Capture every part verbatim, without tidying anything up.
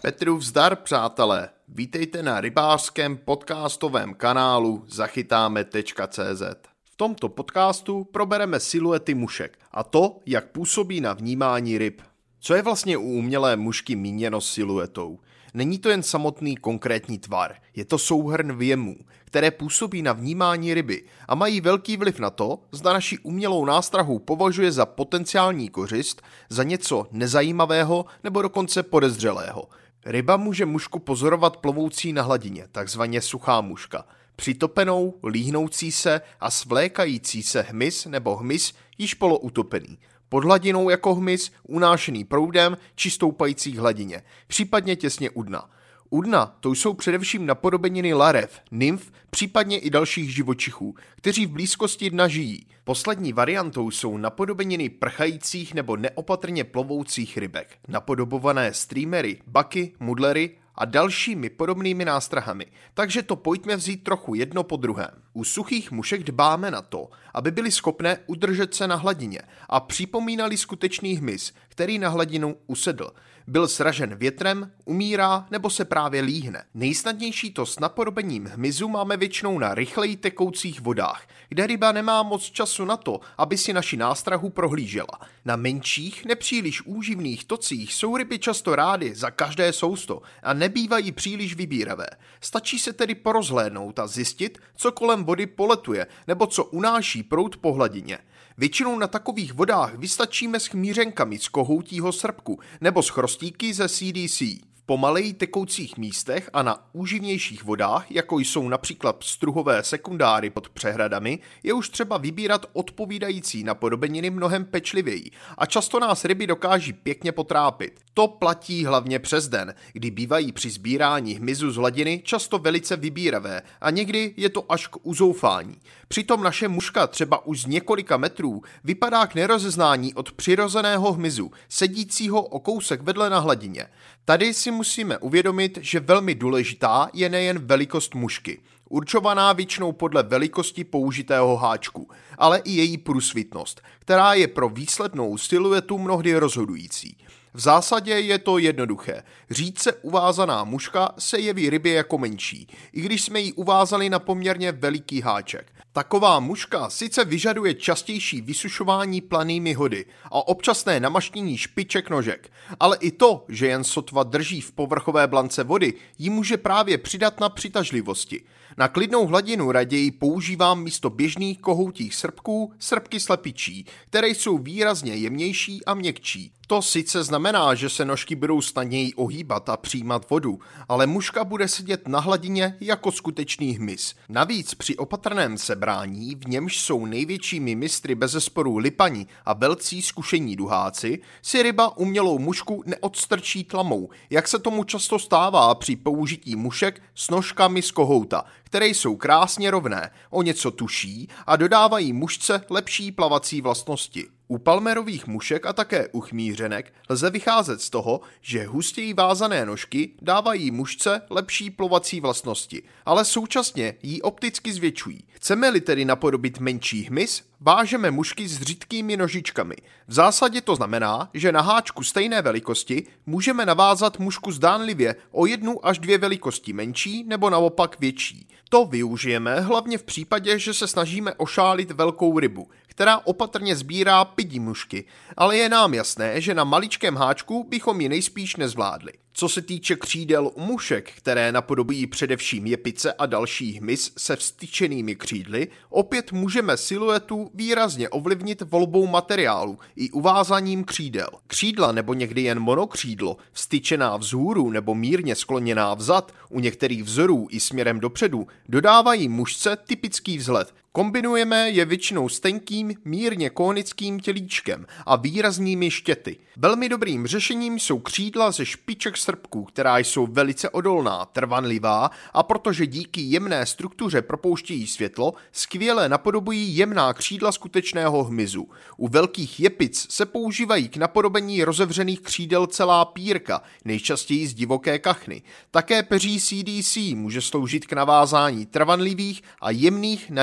Petrův zdar, přátelé. Vítejte na rybářském podcastovém kanálu zachytáme tečka cé zet. V tomto podcastu probereme siluety mušek a to, jak působí na vnímání ryb. Co je vlastně u umělé mušky míněno siluetou? Není to jen samotný konkrétní tvar, je to souhrn vjemů, které působí na vnímání ryby a mají velký vliv na to, zda naši umělou nástrahu považuje za potenciální kořist, za něco nezajímavého nebo dokonce podezřelého. Ryba může mušku pozorovat plovoucí na hladině, takzvaně suchá muška, přitopenou, líhnoucí se a svlékající se hmyz nebo hmyz již poloutopený, pod hladinou jako hmyz, unášený proudem či stoupající k hladině, případně těsně u dna. U dna to jsou především napodobeniny larev, nymf, případně i dalších živočichů, kteří v blízkosti dna žijí. Poslední variantou jsou napodobeniny prchajících nebo neopatrně plovoucích rybek, napodobované streamery, baky, mudlery a dalšími podobnými nástrahami, takže to pojďme vzít trochu jedno po druhém. U suchých mušek dbáme na to, aby byly schopné udržet se na hladině a připomínali skutečný hmyz, který na hladinu usedl. Byl sražen větrem, umírá nebo se právě líhne. Nejsnadnější to s napodobením hmyzu máme většinou na rychleji tekoucích vodách, kde ryba nemá moc času na to, aby si naši nástrahu prohlížela. Na menších, nepříliš úživných tocích jsou ryby často rády za každé sousto a nebývají příliš vybíravé. Stačí se tedy porozhlédnout a zjistit, co kolem vody poletuje nebo co unáší proud po hladině. Většinou na takových vodách vystačíme s chmířenkami z kohoutího srpku nebo s chrostíky ze C D C. V pomaleji tekoucích místech a na úživnějších vodách, jako jsou například pstruhové sekundáry pod přehradami, je už třeba vybírat odpovídající napodobeniny mnohem pečlivěji a často nás ryby dokáží pěkně potrápit. To platí hlavně přes den, kdy bývají při sbírání hmyzu z hladiny často velice vybíravé a někdy je to až k uzoufání. Přitom naše muška třeba už z několika metrů vypadá k nerozeznání od přirozeného hmyzu, sedícího o kousek vedle na hladině. Tady si musíme uvědomit, že velmi důležitá je nejen velikost mušky, určovaná většinou podle velikosti použitého háčku, ale i její průsvitnost, která je pro výslednou siluetu mnohdy rozhodující. V zásadě je to jednoduché. Řídce uvázaná muška se jeví rybě jako menší, i když jsme ji uvázali na poměrně veliký háček. Taková muška sice vyžaduje častější vysušování planými hody a občasné namaštění špiček nožek, ale i to, že jen sotva drží v povrchové blance vody, ji může právě přidat na přitažlivosti. Na klidnou hladinu raději používám místo běžných kohoutích srpků srpky slepičí, které jsou výrazně jemnější a měkčí. To sice znamená, že se nožky budou snadněji ohýbat a přijímat vodu, ale muška bude sedět na hladině jako skutečný hmyz. Navíc při opatrném sebrání, v němž jsou největšími mistry bezesporu lipani a velcí zkušení duháci, si ryba umělou mušku neodstrčí tlamou, jak se tomu často stává při použití mušek s nožkami z kohouta, které jsou krásně rovné, o něco tuší a dodávají mušce lepší plavací vlastnosti. U palmerových mušek a také u chmířenek lze vycházet z toho, že hustěji vázané nožky dávají mušce lepší plovací vlastnosti, ale současně ji opticky zvětšují. Chceme-li tedy napodobit menší hmyz, vážeme mušky s řidkými nožičkami. V zásadě to znamená, že na háčku stejné velikosti můžeme navázat mušku zdánlivě o jednu až dvě velikosti menší nebo naopak větší. To využijeme hlavně v případě, že se snažíme ošálit velkou rybu, která opatrně sbírá pidi mušky, ale je nám jasné, že na maličkém háčku bychom ji nejspíš nezvládli. Co se týče křídel u mušek, které napodobují především jepice a další hmyz se vstyčenými křídly, opět můžeme siluetu výrazně ovlivnit volbou materiálu i uvázaním křídel. Křídla nebo někdy jen monokřídlo, vstyčená vzhůru nebo mírně skloněná vzad, u některých vzorů i směrem dopředu, dodávají mušce typický vzhled. Kombinujeme je většinou s tenkým, mírně kónickým tělíčkem a výraznými štěty. Velmi dobrým řešením jsou křídla ze špiček srpků, která jsou velice odolná, trvanlivá a protože díky jemné struktuře propouštějí světlo, skvěle napodobují jemná křídla skutečného hmyzu. U velkých jepic se používají k napodobení rozevřených křídel celá pírka, nejčastěji z divoké kachny. Také peří C D C může sloužit k navázání trvanlivých a jemných nadýchaných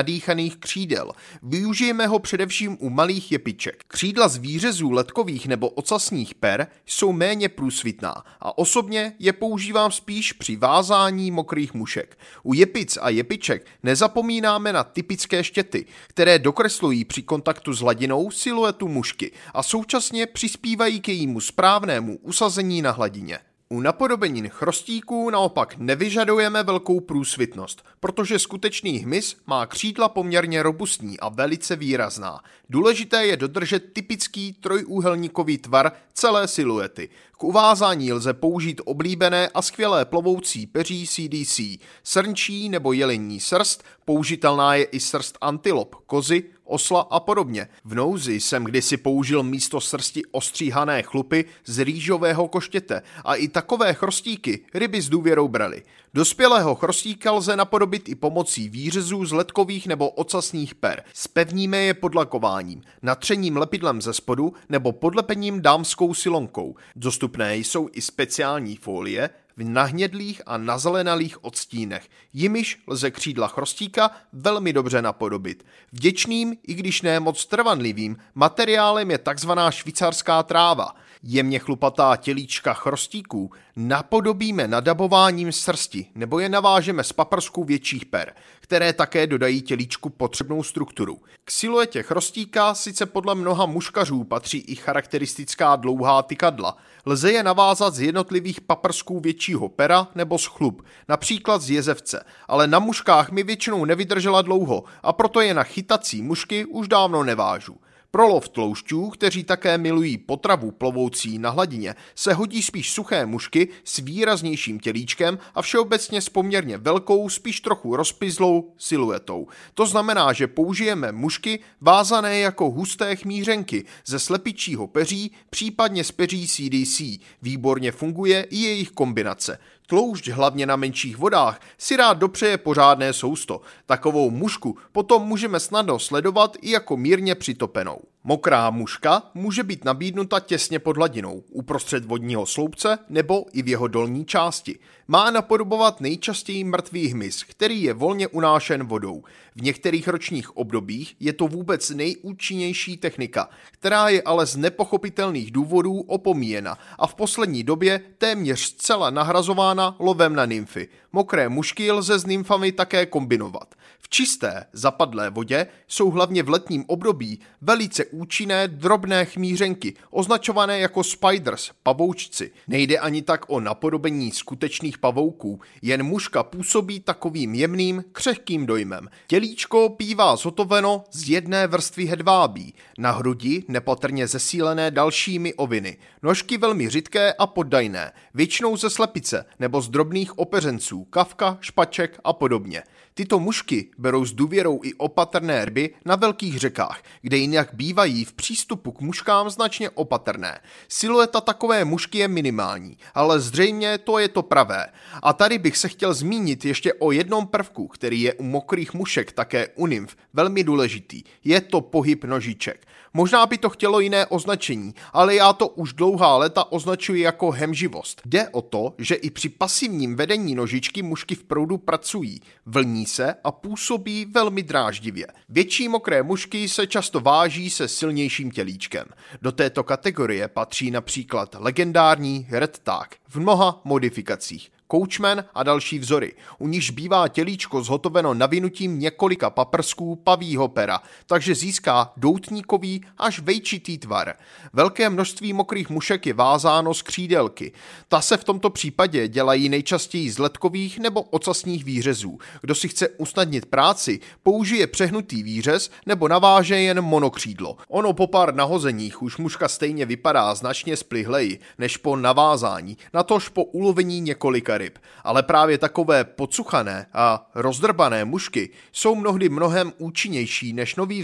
vytvořených křídel. Využijeme ho především u malých jepiček. Křídla z výřezů ledkových nebo ocasních per jsou méně průsvitná a osobně je používám spíš při vázání mokrých mušek. U jepic a jepiček nezapomínáme na typické štěty, které dokreslují při kontaktu s hladinou siluetu mušky a současně přispívají k jejímu správnému usazení na hladině. U napodobenin chrostíků naopak nevyžadujeme velkou průsvitnost, protože skutečný hmyz má křídla poměrně robustní a velice výrazná. Důležité je dodržet typický trojúhelníkový tvar celé siluety. K uvázání lze použít oblíbené a skvělé plovoucí peří C D C, srnčí nebo jelení srst, použitelná je i srst antilop, kozy, osla a podobně. V nouzi jsem kdysi použil místo srsti ostříhané chlupy z rýžového koštěte a i takové chrostíky ryby s důvěrou brali. Dospělého chrostíka lze napodobit i pomocí výřezů z ledkových nebo ocasních per. Spevníme je podlakováním, natřením lepidlem ze spodu nebo podlepením dámskou silonkou. Dostupné jsou i speciální folie v nahnědlých a nazelenalých odstínech. Jimiž lze křídla chrostíka velmi dobře napodobit. Vděčným, i když ne moc trvanlivým, materiálem je takzvaná švýcarská tráva. Jemně chlupatá tělíčka chrostíků napodobíme nadabováním srsti nebo je navážeme z paprsků větších per, které také dodají tělíčku potřebnou strukturu. K siluetě chrostíka sice podle mnoha muškařů patří i charakteristická dlouhá tykadla. Lze je navázat z jednotlivých paprsků většího pera nebo z chlup, například z jezevce, ale na muškách mi většinou nevydržela dlouho a proto je na chytací mušky už dávno nevážu. Pro lov tloušťů, kteří také milují potravu plovoucí na hladině, se hodí spíš suché mušky s výraznějším tělíčkem a všeobecně s poměrně velkou, spíš trochu rozpyzlou siluetou. To znamená, že použijeme mušky vázané jako husté chmířenky ze slepičího peří, případně z peří C D C. Výborně funguje i jejich kombinace. Tloušť hlavně na menších vodách si rád dopřeje pořádné sousto. Takovou mušku potom můžeme snadno sledovat i jako mírně přitopenou. Mokrá muška může být nabídnuta těsně pod hladinou, uprostřed vodního sloupce nebo i v jeho dolní části. Má napodobovat nejčastěji mrtvý hmyz, který je volně unášen vodou. V některých ročních obdobích je to vůbec nejúčinnější technika, která je ale z nepochopitelných důvodů opomíjena a v poslední době téměř zcela nahrazována lovem na nymfy. Mokré mušky lze s nymfami také kombinovat. V čisté, zapadlé vodě jsou hlavně v letním období velice účinné drobné chmířenky, označované jako spiders, pavoučci. Nejde ani tak o napodobení skutečných pavouků, jen muška působí takovým jemným, křehkým dojmem. Tělíčko bývá zhotoveno z jedné vrstvy hedvábí, na hrudi nepatrně zesílené dalšími oviny, nožky velmi řidké a poddajné, většinou ze slepice nebo z drobných opeřenců, kavka, špaček a podobně. Tyto mušky berou s důvěrou i opatrné ryby na velkých řekách, kde jinak bývají v přístupu k muškám značně opatrné. Silueta takové mušky je minimální, ale zřejmě to je to pravé. A tady bych se chtěl zmínit ještě o jednom prvku, který je u mokrých mušek také u nymf velmi důležitý. Je to pohyb nožiček. Možná by to chtělo jiné označení, ale já to už dlouhá léta označuji jako hemživost. Jde o to, že i při pasivním vedení nožičky mušky v proudu pracují, vlní se a působí velmi dráždivě. Větší mokré mušky se často váží se silnějším tělíčkem. Do této kategorie patří například legendární Red Tag v mnoha modifikacích, Coachman a další vzory, u nichž bývá tělíčko zhotoveno navinutím několika paprsků pavího pera, takže získá doutníkový až vejčitý tvar. Velké množství mokrých mušek je vázáno z křídelky. Ta se v tomto případě dělají nejčastěji z ledkových nebo ocasních výřezů. Kdo si chce usnadnit práci, použije přehnutý výřez nebo naváže jen monokřídlo. Ono po pár nahozeních už muška stejně vypadá značně splihleji než po navázání, natož po ulovení několika ryb. Ale právě takové podsuchané a rozdrbané mušky jsou mnohdy mnohem účinnější než nový vzor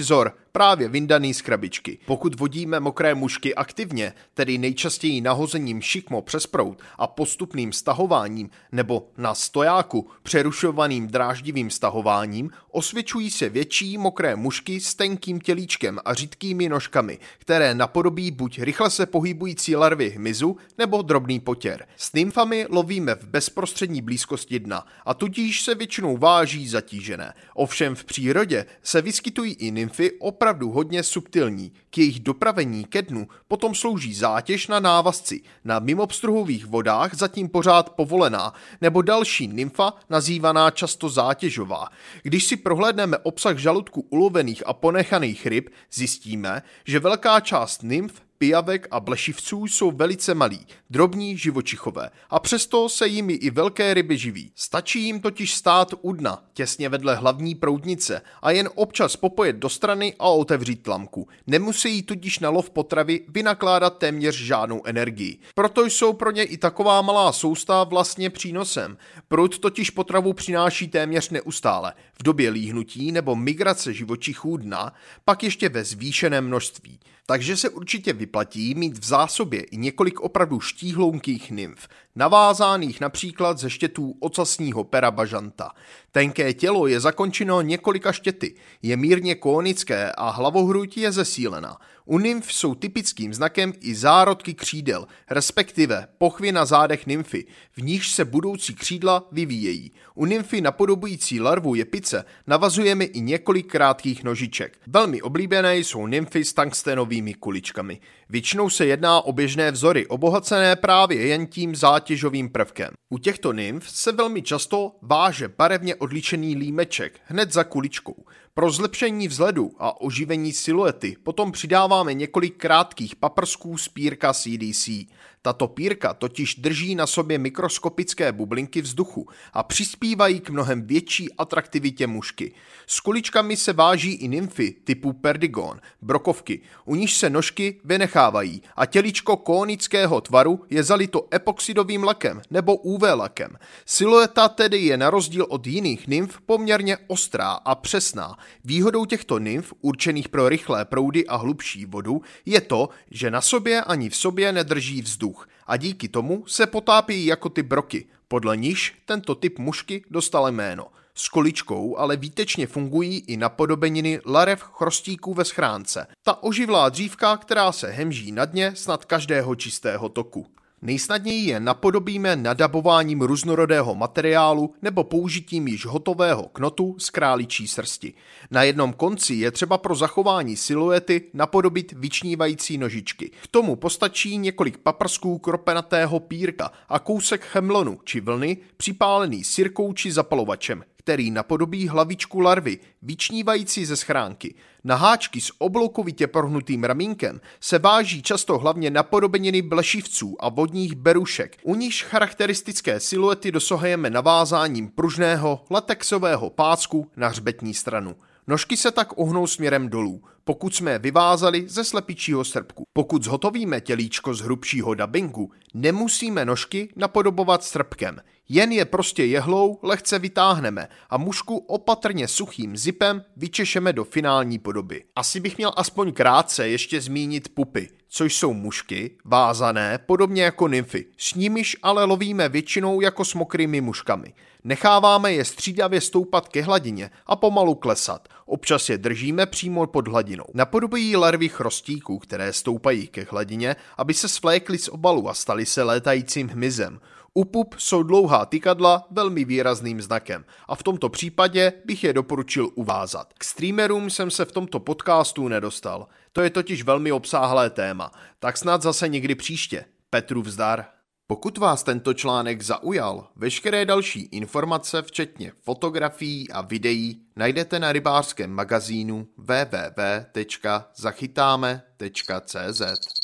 právě vyndaný z krabičky. Pokud vodíme mokré mušky aktivně, tedy nejčastěji nahozením šikmo přes proud a postupným stahováním nebo na stojáku přerušovaným dráždivým stahováním, osvědčují se větší mokré mušky s tenkým tělíčkem a řídkými nožkami, které napodobí buď rychle se pohybující larvy hmyzu nebo drobný potěr. S nymfami lovíme v bezprostřední blízkosti dna a tudíž se většinou váží zatížené. Ovšem v přírodě se vyskytují i nymfy opravdu hodně subtilní. K jejich dopravení ke dnu potom slouží zátěž na návazci, na mimopstruhových vodách zatím pořád povolená, nebo další nymfa nazývaná často zátěžová. Když si prohlédneme obsah žaludku ulovených a ponechaných ryb, zjistíme, že velká část nymf, pijavek a blešivců jsou velice malí, drobní živočichové a přesto se jimi i velké ryby živí. Stačí jim totiž stát u dna, těsně vedle hlavní proudnice a jen občas popojet do strany a otevřít tlamku. Nemusí tudíž na lov potravy vynakládat téměř žádnou energii. Proto jsou pro ně i taková malá sousta vlastně přínosem. Proud totiž potravu přináší téměř neustále. V době líhnutí nebo migrace živočichů dna pak ještě ve zvýšeném množství. Takže se určitě vyplatí mít v zásobě i několik opravdu štíhlounkých nymf, navázaných například ze štětů ocasního pera bažanta. Tenké tělo je zakončeno několika štěty, je mírně kónické a hlavohruď je zesílená. U nymf jsou typickým znakem i zárodky křídel, respektive pochvy na zádech nymfy, v níž se budoucí křídla vyvíjejí. U nymfy napodobující larvu jepice navazujeme i několik krátkých nožiček. Velmi oblíbené jsou nymfy s tungstenovými kuličkami. Většinou se jedná o běžné vzory, obohacené právě jen tím zátěžovým prvkem. U těchto nymf se velmi často váže barevně odlišený límeček hned za kuličkou. Pro zlepšení vzhledu a oživení siluety potom přidáváme několik krátkých paprsků z pírka C D C. Tato pírka totiž drží na sobě mikroskopické bublinky vzduchu a přispívají k mnohem větší atraktivitě mušky. S kuličkami se váží i nymfy typu perdigon, brokovky, u níž se nožky vynechávají a tělíčko kónického tvaru je zalito epoxidovým lakem nebo U V lakem. Silueta tedy je na rozdíl od jiných nymf poměrně ostrá a přesná. Výhodou těchto nymf, určených pro rychlé proudy a hlubší vodu, je to, že na sobě ani v sobě nedrží vzduch a díky tomu se potápí jako ty broky, podle níž tento typ mušky dostal jméno. S kuličkou ale výtečně fungují i napodobeniny larev chrostíků ve schránce. Ta oživlá dřívka, která se hemží na dně snad každého čistého toku. Nejsnadněji je napodobíme nadabováním různorodého materiálu nebo použitím již hotového knotu z králičí srsti. Na jednom konci je třeba pro zachování siluety napodobit vyčnívající nožičky. K tomu postačí několik paprsků kropenatého pírka a kousek chemlonu či vlny připálený sirkou či zapalovačem, který napodobí hlavičku larvy, vyčnívající ze schránky. Na háčky s obloukovitě prohnutým ramínkem se váží často hlavně napodobeniny blešivců a vodních berušek. U níž charakteristické siluety dosahujeme navázáním pružného latexového pácku na hřbetní stranu. Nožky se tak uhnou směrem dolů, pokud jsme je vyvázali ze slepičího srpku. Pokud zhotovíme tělíčko z hrubšího dabingu, nemusíme nožky napodobovat srpkem. Jen je prostě jehlou lehce vytáhneme a mušku opatrně suchým zipem vyčešeme do finální podoby. Asi bych měl aspoň krátce ještě zmínit pupy, což jsou mušky, vázané, podobně jako nymfy, s nimiž ale lovíme většinou jako s mokrými muškami. Necháváme je střídavě stoupat ke hladině a pomalu klesat. Občas je držíme přímo pod hladinou. Napodobují larvy chrostíků, které stoupají ke hladině, aby se svlékly z obalu a staly se létajícím hmyzem. U pup jsou dlouhá tykadla velmi výrazným znakem a v tomto případě bych je doporučil uvázat. K streamerům jsem se v tomto podcastu nedostal. To je totiž velmi obsáhlé téma, tak snad zase někdy příště. Petru vzdar. Pokud vás tento článek zaujal, veškeré další informace, včetně fotografií a videí, najdete na rybářském magazínu w w w tečka zachytáme tečka cé zet.